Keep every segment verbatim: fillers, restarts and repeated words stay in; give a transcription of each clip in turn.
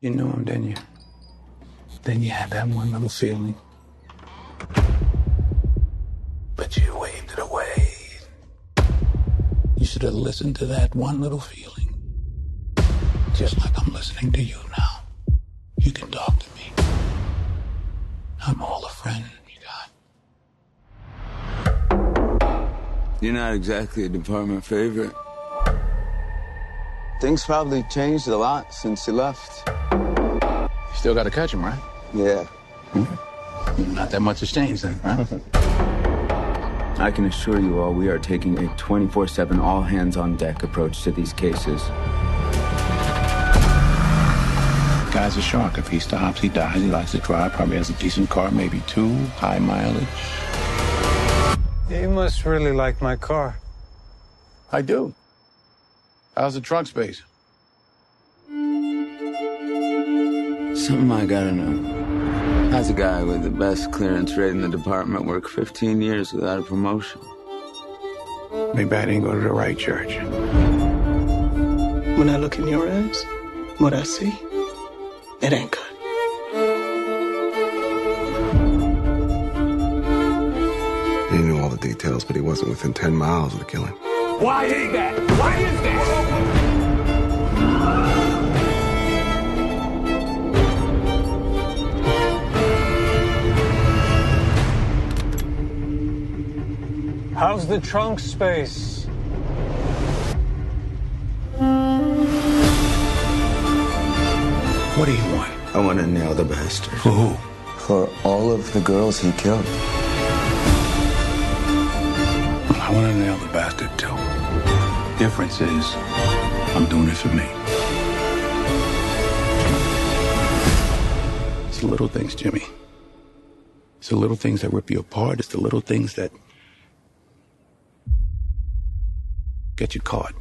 You knew him, didn't you? Then you had that one little feeling. But you waved it away. You should have listened to that one little feeling. Just like I'm listening to you now. You can talk to me. I'm all a friend you got. You're not exactly a department favorite. Things probably changed a lot since you left. You still got to catch him, right? Yeah. Hmm? Not that much has changed then, right? I can assure you all we are taking a twenty-four seven all-hands-on-deck approach to these cases. Guy's a shark. If he stops, he dies. He likes to drive. Probably has a decent car, maybe two. High mileage. You must really like my car. I do. How's the trunk space? Something I gotta know. How's a guy with the best clearance rate in the department work fifteen years without a promotion? Maybe I didn't go to the right church. When I look in your eyes, what I see, it ain't good. He knew all the details, but he wasn't within ten miles of the killing. Why is that? Why is that? How's the trunk space? What do you want? I want to nail the bastard. For who? For all of the girls he killed. I want to nail the bastard too. Difference is, I'm doing it for me. It's the little things, Jimmy. It's the little things that rip you apart. It's the little things that get you caught.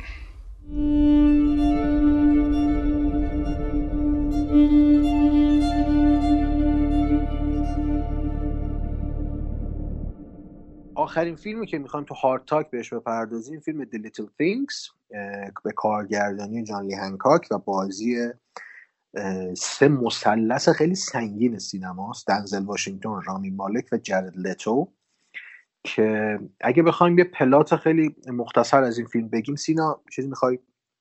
آخرین فیلمی که میخوایم تو هارد تاک بهش بپردازیم فیلم The Little Things به کارگردانی جان لی هنکاک و بازی سه مثلث خیلی سنگین سینماست، دنزل واشنگتن، رامی مالک و جرد لتو. که اگه بخوایم یه پلات خیلی مختصر از این فیلم بگیم، سینا چیزی میخوای؟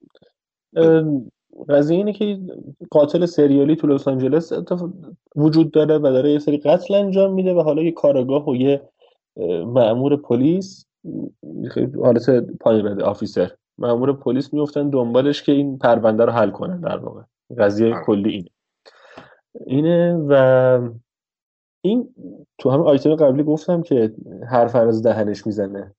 قضیه اینه که قاتل سریالی تو لس آنجلس وجود داره و داره یه سری قتل انجام میده و حالا یه کارآگاه و یه مأمور پلیس، حالت پایین رده آفیسر، مأمور پلیس میفتن دنبالش که این پرونده رو حل کنن. در واقع قضیه کلی اینه اینه و این تو همه آیتم قبلی گفتم که حرف از دهنش میزنه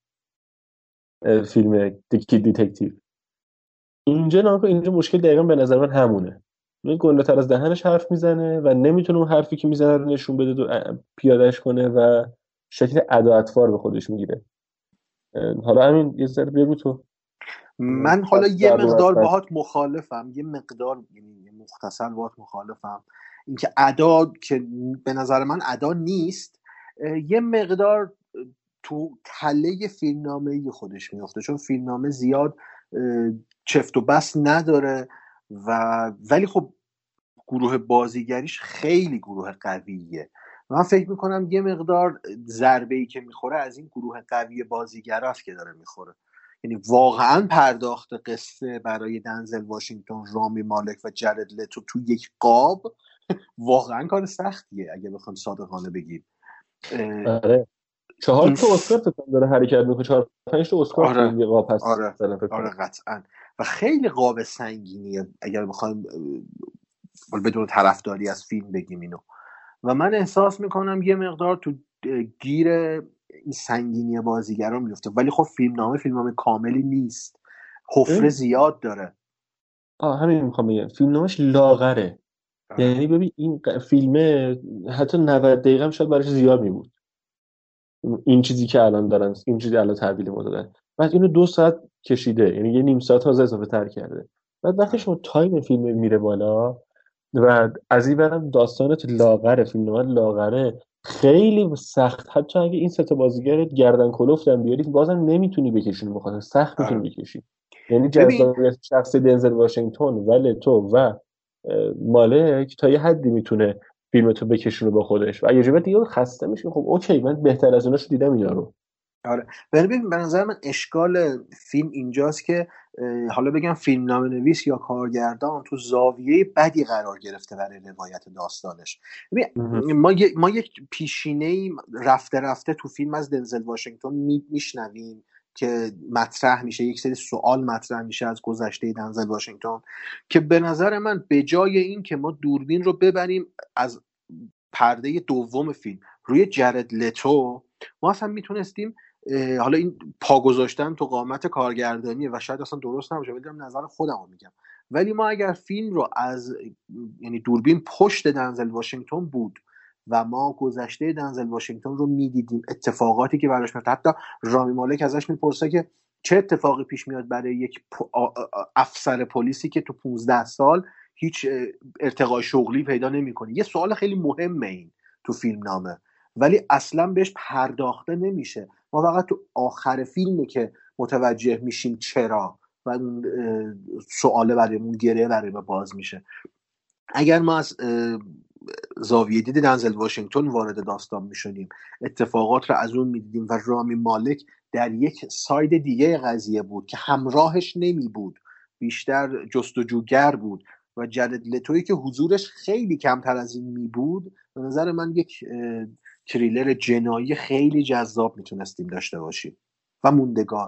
فیلم دیکید دیتکتیو. اینجا ناکن اینجا مشکل دقیقا به نظر من همونه. این گنده تر از دهنش حرف میزنه و نمیتونه اون حرفی که میزنه رو نشون بده و پیادهش کنه و شکل ادا اطوار به خودش میگیره. حالا همین یه ذره بگو تو. من حالا یه مقدار باهات مخالفم، یه مقدار یعنی مختصر باهات مخالفم. اینکه ادا که به نظر من ادا نیست، یه مقدار تو تله فیلمنامه‌ای خودش میفته، چون فیلمنامه زیاد چفت و بس نداره و ولی خب گروه بازیگریش خیلی گروه قویه. من فکر میکنم یه مقدار ضربه‌ای که میخوره از این گروه قوی بازیگراست که داره میخوره. یعنی واقعا پرداخت قصه برای دنزل واشنگتن، رامی مالک و جرد لتو تو یک قاب واقعا کار سختیه اگه بخوام صادقانه بگیم. آره چهار تا اسکار فکر داره حرکت میکنه، چهار پنج تا اسکار آره. تو قاب هست. آره. آره قطعا و خیلی قاب سنگینیه اگر بخوایم بدون طرفداری از فیلم بگیم اینو. و من احساس میکنم یه مقدار تو گیر این سنگینی بازیگرا میفته، ولی خب فیلمنامه فیلمنامه کاملی نیست، حفره زیاد داره. آه همین میخوام بگم، فیلمنامه‌اش لاغره. آه. یعنی ببین این فیلمه حتی نود دقیقه هم شاید براش زیاد میبود، این چیزی که الان دارن، این چیزی الان تحویل ما دادن. بعد اینو دو ساعت کشیده، یعنی یه نیم ساعت تازه اضافه تر کرده. بعد وقتی شما تایم فیلم میره بالا و از این برم داستانت لاغره، فیلمنامه لاغره، خیلی سخت. حتی اگه این سه تا بازیگر گردن کلفتن بیاری بازم نمیتونی بکشونی، بخاطر سخت میتونی بکشی. یعنی جذابیت شخصی دنزل واشنگتن و لتو و مالک تا یه حدی میتونه فیلمتو بکشونه با خودش و اگه جوری دیگه خسته میشه خب اوکی من بهتر از اوناشو دیدم اینا رو. آره ببین به نظر من اشکال فیلم اینجاست که حالا بگم فیلمنامه نویس یا کارگردان تو زاویه بدی قرار گرفته برای روایت داستانش. ببین ما ی... ما یک پیشینه‌ای رفته رفته تو فیلم از دنزل واشنگتن میشنویم که مطرح میشه، یک سری سوال مطرح میشه از گذشته دنزل واشنگتن که به نظر من به جای این که ما دوربین رو ببریم از پرده دوم فیلم روی جرد لتو، ما اصلا میتونستیم حالا این پا گذاشتن تو قامت کارگردانیه و شاید اصلا درست نباشه ولی نظر خودم رو میگم، ولی ما اگر فیلم رو از یعنی دوربین پشت دنزل واشنگتن بود و ما گذشته دنزل واشنگتن رو میدیدیم، اتفاقاتی که براش میفته، حتی رامی مالک ازش میپرسه که چه اتفاقی پیش میاد برای یک افسر پلیسی که تو پانزده سال هیچ ارتقای شغلی پیدا نمیکنه. یه سوال خیلی مهمه این تو فیلم نامه ولی اصلا بهش پرداخته نمیشه. ما فقط تو آخر فیلمه که متوجه میشیم چرا و اون سواله برایمون گره برای ما باز میشه. اگر ما از زاویه دید دنزل واشنگتن وارد داستان میشدیم، اتفاقات رو از اون میدیدیم و رامی مالک در یک ساید دیگه قضیه بود که همراهش نمی بود، بیشتر جستجوگر بود و جرد لتویی که حضورش خیلی کمتر از این می بود، به نظر من یک تریلر جنایی خیلی جذاب میتونستیم داشته باشیم و موندگار.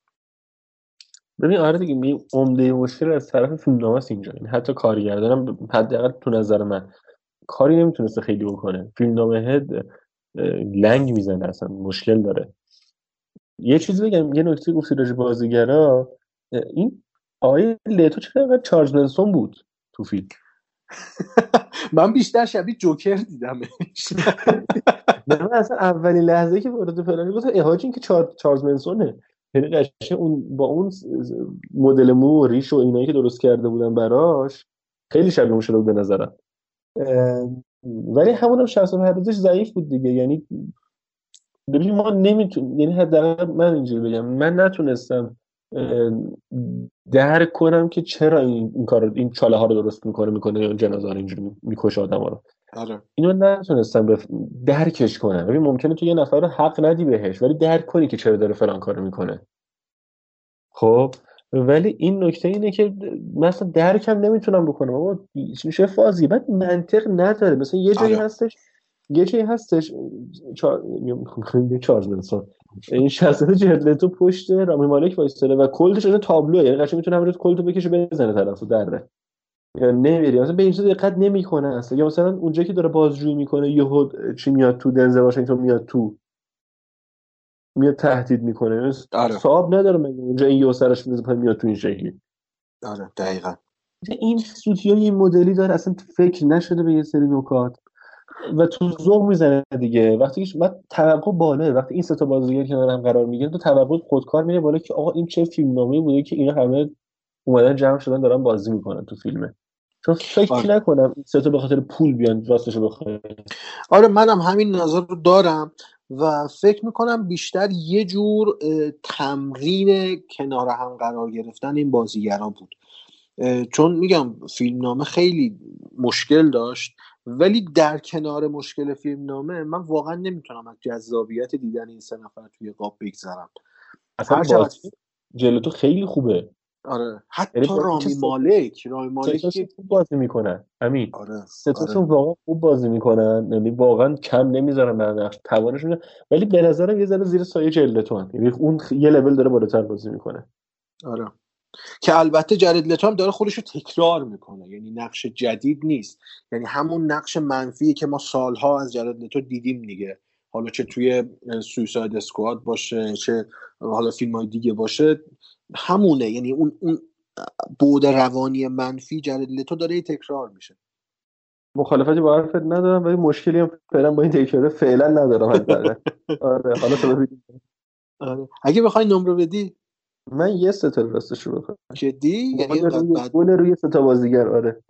ببین آره دیگه می عمده مشکل از طرف فیلمنامه است اینجا، این حتی کارگردانم حداقل تو نظر من کاری نمیتونسته خیلی بکنه، فیلمنامه هد لنگ میزنه، اصلا مشکل داره. یه چیزی بگم، یه نکته گفتی راجع بازیگرا، این آقای لتو چرا اینقدر چارلز منسون بود تو فیلم؟ من بیشتر شبیه جوکر دیدمش. من اصلا اولین لحظه که وارد پلن گفتم احاج این که چار... چارلز منسونه، یعنی قشنگ اون با اون مدل مو و ریش و اینایی که درست کرده بودن براش خیلی شبیه اون شده بود به نظرم. ولی همون هم شخص پردازش ضعیف بود دیگه. یعنی ببین ما نمیتونیم، یعنی حداقل من اینجوری بگم، من نتونستم درک کنم که چرا این این کارو این چاله ها رو درست میکنه میکنه یا جنازه رو اینجوری میکشه آدما رو. آره اینو نتونستم بف... درکش کنم. ببین ممکنه تو یه نفر رو حق ندی بهش ولی درک کنی که چرا داره فلان کارو میکنه. خب ولی این نکته اینه که مثلا درکم نمیتونم بکنم. بابا چه فازی بعد منطق نداره. مثلا یه جایی آره. هستش یه جایی هستش چهار میگم چارلز منسون این شخصیت جردلتو پشت رامی مالک وایساده و کلتش اون تابلوه، یعنی قشنگ میتونه همونجوری کلتو بکشه بزنه طرفو دره، یا نمیری مثلا به این چیز دقت نمیکنه اصلا. یا مثلا اونجایی که داره بازجویی میکنه یهو چی میاد تو، دنزل واشنگتن میاد تو میاد تهدید میکنه. آره. صاحب نداره مگه اونجا این یهو سرش میذاره میاد تو این شکلی. آره دقیقاً این سوتیو این مدلی داره اصلا فکر نشده به یه سری نکات و تو ذوق میزنه دیگه. وقتی که من توقع بالا، وقتی این سه تا بازیگر کنار هم قرار میگیرن تو توقع خودکار میره بالا که آقا این چه فیلمنامه‌ای بوده که اینا همه اومدن جمع شدن دارن بازی میکنن تو فیلمه. چون فکر آره. نکنم این سه تا به خاطر پول بیان راستشو بخوام. آره منم همین نظر رو دارم و فکر میکنم بیشتر یه جور تمرین کنار هم قرار گرفتن این بازیگران بود، چون میگم فیلمنامه خیلی مشکل داشت ولی در کنار مشکل فیلمنامه من واقعا نمیتونم از جذابیت دیدن این سه نفر توی قاب بگذرم. اصلا بازی جلوتو خیلی خوبه. آره حتی رامی مالک رامی مالک که خوب بازی میکنن امین. آره ستاشون آره. واقعا خوب بازی میکنن، یعنی واقعا کم نمیذارن بر نقش توانشون، ولی به نظرم یه ذره زیر سایه جلدتون، یعنی اون یه لول داره بالاتر بازی میکنه. آره که البته جرد لتو هم داره خودش رو تکرار میکنه، یعنی نقش جدید نیست، یعنی همون نقش منفی که ما سالها از جرد لتو دیدیم دیگه، حالا چه توی سویساید اسکواد باشه چه حالا فیلم های دیگه باشه همونه، یعنی اون اون بعد روانی منفی جرد لتو داره تکرار میشه. مخالفتی با حرفت ندارم ولی مشکلی هم فعلا با این تکرار فعلا ندارم حداقل. آره حالا تو ببین. آره اگه بخوای نمره بدی من یه ستاره راستش رو بخوام. جدی؟ یعنی اینقدر بعد گل روی سه تا بازیگر. آره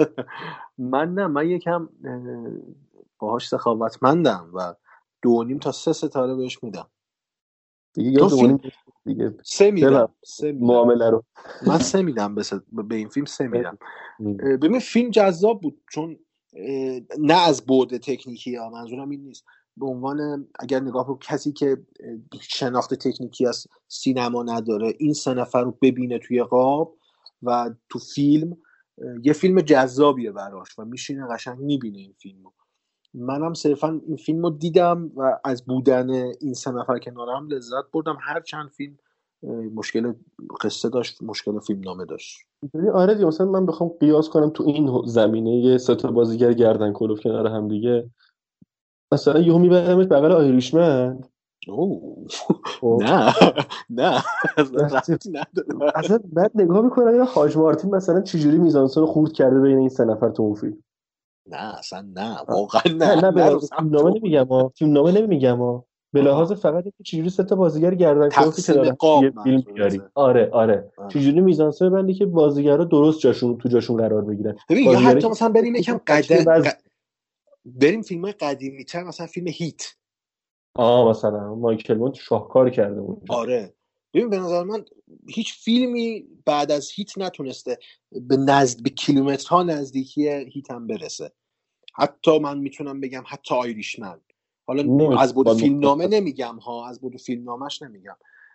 من نه، من یکم باهاش سخاوتمندم و دو و نیم تا سه ستاره بهش میدم. دیگه یادمون دیگه سه میدم سه میدم معامله رو من سه میدم به این فیلم سه میدم. ببین فیلم جذاب بود چون نه از بعد تکنیکی ها، منظورم این نیست، به عنوان اگر نگاه کنم کسی که شناخت تکنیکی از سینما نداره این سه نفر رو ببینه توی قاب و تو فیلم، یه فیلم جذابیه براش و میشینه قشنگ میبینه این فیلمو. منم صرفا این فیلمو دیدم و از بودن این سه نفر کنارم لذت بردم. هر چند فیلم مشکل قصه داشت، مشکل فیلم نامه داشت. آره دیگه، مثلا من بخوام قیاس کنم تو این زمینه یه سه تا بازیگر گردن کلوف کنار هم دیگه، مثلا یهو میبرمش بغل آیریشمن. اوه نه نه ربطی نداره. اصلا بعد نگاه میکنم یا حاج مارتین مثلا چجوری میزانسون رو خورد کرده بین این سه نفر تو اون فیلم. نه اصلا نه واقعا نه نه نه به لحاظ فیلم نامه نمیگم ها، فیلم نامه نمیگم ها، به لحاظ فقط اینکه چجوری سه تا بازیگر گردن کلوف کنار هم یه فیلم میاری. آره آره چجوری میزانسون بندی که بازیگرا درست جاشون تو جاشون قرار بگیرن. ببین یا حتی مثلا بریم یکم قدم ق... بریم فیلم‌های قدیمی‌تر، مثلا فیلم هیت. آه مثلا مایکل مونت شاهکار کرده اونجا. آره ببین به نظر من هیچ فیلمی بعد از هیت نتونسته به نزد به کیلومترها نزدیکی هیت هم برسه. حتی من میتونم بگم حتی آیریشمن. حالا از بود فیلم نامه نمیگم ها، از بود فیلم نامش نمیگم،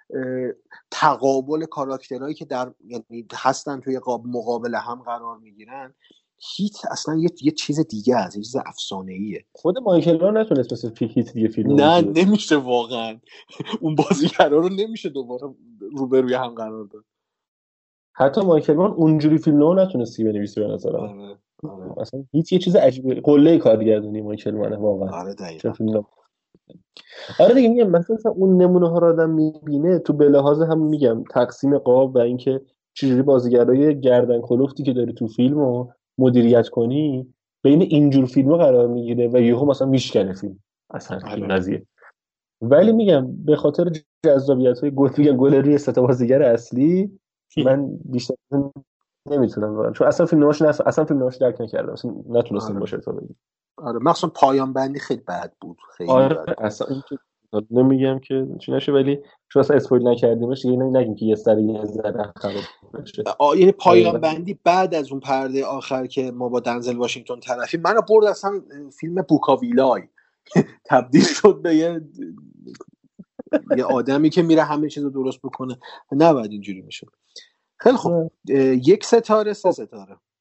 تقابل کاراکترهایی که در یعنی هستن توی قاب مقابل هم قرار میگیرن، هیت اصلا یه یه چیز دیگه است، یه چیز افسانه‌ایه. خود مایکل رو نتونست مثل فی هیت دیگه فیلم نه نمیشه واقعا. اون بازیگرا رو نمیشه دوباره روبروی هم قرار داد. حتی مایکل مان اونجوری فیلم رو نتونستی بنویسه به نظر من. آره آره اصلا هیچ یه چیز عجیبه، قله کارگردانی مایکل مان واقعا. آره دقیقاً. آره دیگه میگم مثلا اون نمونه ها رو آدم میبینه تو به لحاظ هم میگم تقسیم قاب و اینکه چجوری بازیگرای گردن کلفتی که داری تو فیلمو مدیریت کنی بین اینجور فیلم‌ها قرار میگیره و یهو مثلا میشکنه فیلم اصلا این قضیه. ولی میگم به خاطر جذابیت‌های گل میگم گل روی سه تا بازیگر اصلی من بیشتر نمیتونم واقعا، چون اصلا فیلم نماش نس... اصلا فیلم نماش درک نکردم، اصلا نتونستم آره. باشه تا بگم. آره مخصوصا پایان بندی خیلی بد بود، خیلی آره بد. اصلا این که نمیگم که چی نشه، ولی چون اصلا اسپویل نکردیمش دیگه نگیم که یه سر یه ذره خراب بشه. یعنی پایان بندی بعد از اون پرده آخر که ما با دنزل واشنگتن طرفی، منو برد اصلا فیلم بوکاویلای تبدیل شد به یه یه آدمی که میره همه چیزو درست بکنه. نباید اینجوری میشه. خیلی خوب یک ستاره سه ستاره